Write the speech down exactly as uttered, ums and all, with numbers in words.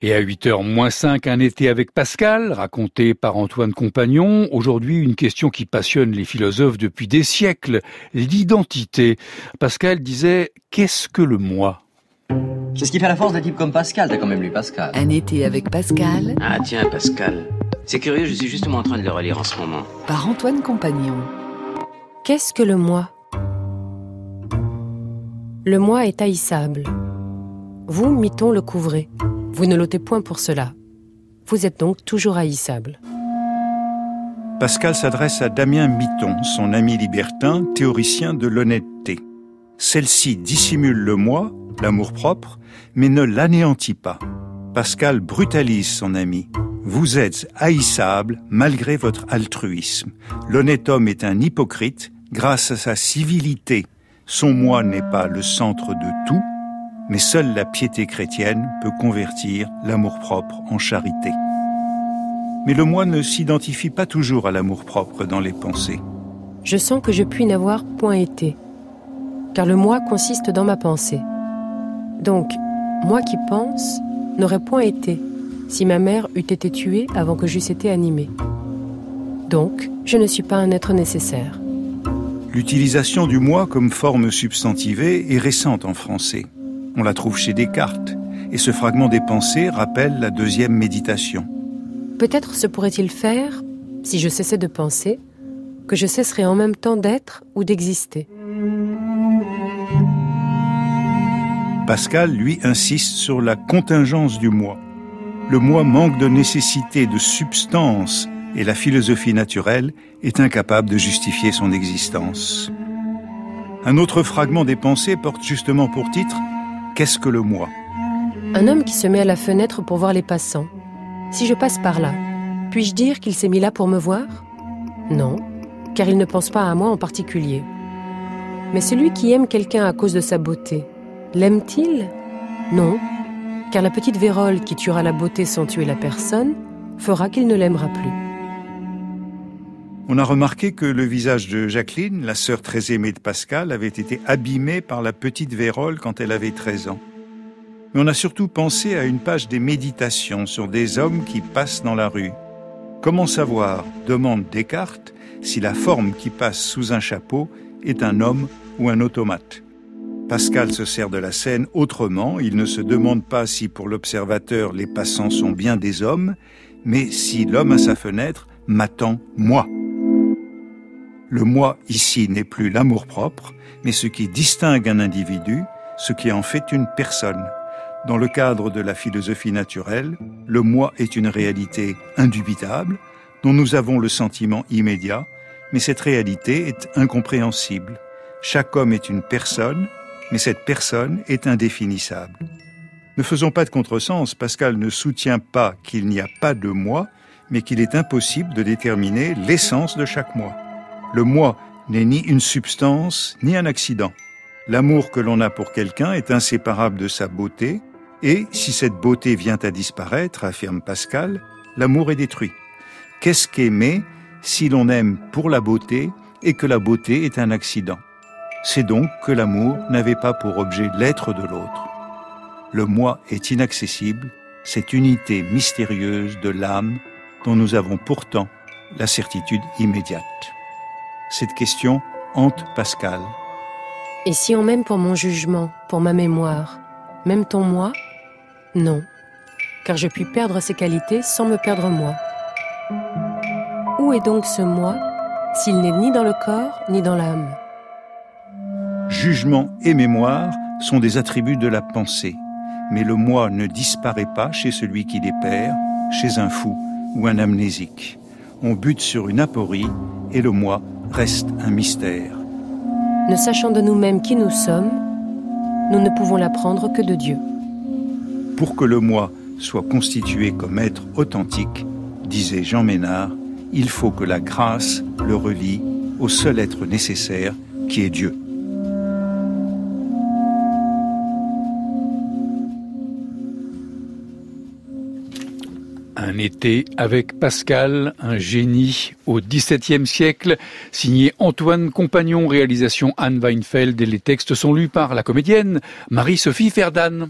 Et à huit heures moins cinq, un été avec Pascal, raconté par Antoine Compagnon. Aujourd'hui, une question qui passionne les philosophes depuis des siècles, l'identité. Pascal disait « Qu'est-ce que le moi ?» C'est ce qui fait la force d'un type comme Pascal. T'as quand même lu Pascal. Un été avec Pascal. Ah tiens, Pascal. C'est curieux, je suis justement en train de le relire en ce moment. Par Antoine Compagnon. Qu'est-ce que le moi ? Le moi est haïssable. Vous, mython, le couvrez. Vous ne l'ôtez point pour cela. Vous êtes donc toujours haïssable. Pascal s'adresse à Damien Mython, son ami libertin, théoricien de l'honnêteté. Celle-ci dissimule le moi, l'amour-propre, mais ne l'anéantit pas. Pascal brutalise son ami. Vous êtes haïssable malgré votre altruisme. L'honnête homme est un hypocrite grâce à sa civilité. Son moi n'est pas le centre de tout, mais seule la piété chrétienne peut convertir l'amour-propre en charité. Mais le moi ne s'identifie pas toujours à l'amour-propre dans les pensées. Je sens que je puis n'avoir point été, car le moi consiste dans ma pensée. Donc, moi qui pense, n'aurais point été, si ma mère eût été tuée avant que j'eusse été animée. Donc, je ne suis pas un être nécessaire. L'utilisation du moi comme forme substantivée est récente en français. On la trouve chez Descartes, et ce fragment des pensées rappelle la deuxième méditation. Peut-être se pourrait-il faire, si je cessais de penser, que je cesserais en même temps d'être ou d'exister. Pascal, lui, insiste sur la contingence du moi. Le moi manque de nécessité, de substance, et la philosophie naturelle est incapable de justifier son existence. Un autre fragment des pensées porte justement pour titre « Qu'est-ce que le moi ?» Un homme qui se met à la fenêtre pour voir les passants. Si je passe par là, puis-je dire qu'il s'est mis là pour me voir ? Non, car il ne pense pas à moi en particulier. Mais celui qui aime quelqu'un à cause de sa beauté, l'aime-t-il ? Non, car la petite vérole qui tuera la beauté sans tuer la personne fera qu'il ne l'aimera plus. On a remarqué que le visage de Jacqueline, la sœur très aimée de Pascal, avait été abîmé par la petite vérole quand elle avait treize ans. Mais on a surtout pensé à une page des méditations sur des hommes qui passent dans la rue. Comment savoir, demande Descartes, si la forme qui passe sous un chapeau est un homme ou un automate ? Pascal se sert de la scène autrement. Il ne se demande pas si pour l'observateur les passants sont bien des hommes, mais si l'homme à sa fenêtre m'attend moi. Le moi ici n'est plus l'amour-propre, mais ce qui distingue un individu, ce qui en fait une personne. Dans le cadre de la philosophie naturelle, le moi est une réalité indubitable, dont nous avons le sentiment immédiat, mais cette réalité est incompréhensible. Chaque homme est une personne, mais cette personne est indéfinissable. Ne faisons pas de contresens, Pascal ne soutient pas qu'il n'y a pas de moi, mais qu'il est impossible de déterminer l'essence de chaque moi. Le moi n'est ni une substance, ni un accident. L'amour que l'on a pour quelqu'un est inséparable de sa beauté, et si cette beauté vient à disparaître, affirme Pascal, l'amour est détruit. Qu'est-ce qu'aimer si l'on aime pour la beauté et que la beauté est un accident ? C'est donc que l'amour n'avait pas pour objet l'être de l'autre. Le moi est inaccessible, cette unité mystérieuse de l'âme dont nous avons pourtant la certitude immédiate. Cette question hante Pascal. Et si on m'aime pour mon jugement, pour ma mémoire, m'aime-t-on moi ? Non, car je puis perdre ces qualités sans me perdre moi. Où est donc ce moi, s'il n'est ni dans le corps, ni dans l'âme ? Jugement et mémoire sont des attributs de la pensée, mais le moi ne disparaît pas chez celui qui les perd, chez un fou ou un amnésique. On bute sur une aporie et le moi reste un mystère. Ne sachant de nous-mêmes qui nous sommes, nous ne pouvons l'apprendre que de Dieu. Pour que le moi soit constitué comme être authentique, disait Jean Ménard, il faut que la grâce le relie au seul être nécessaire qui est Dieu. Un été avec Pascal, un génie au dix-septième siècle, signé Antoine Compagnon, réalisation Anne Weinfeld, et les textes sont lus par la comédienne Marie-Sophie Verdane.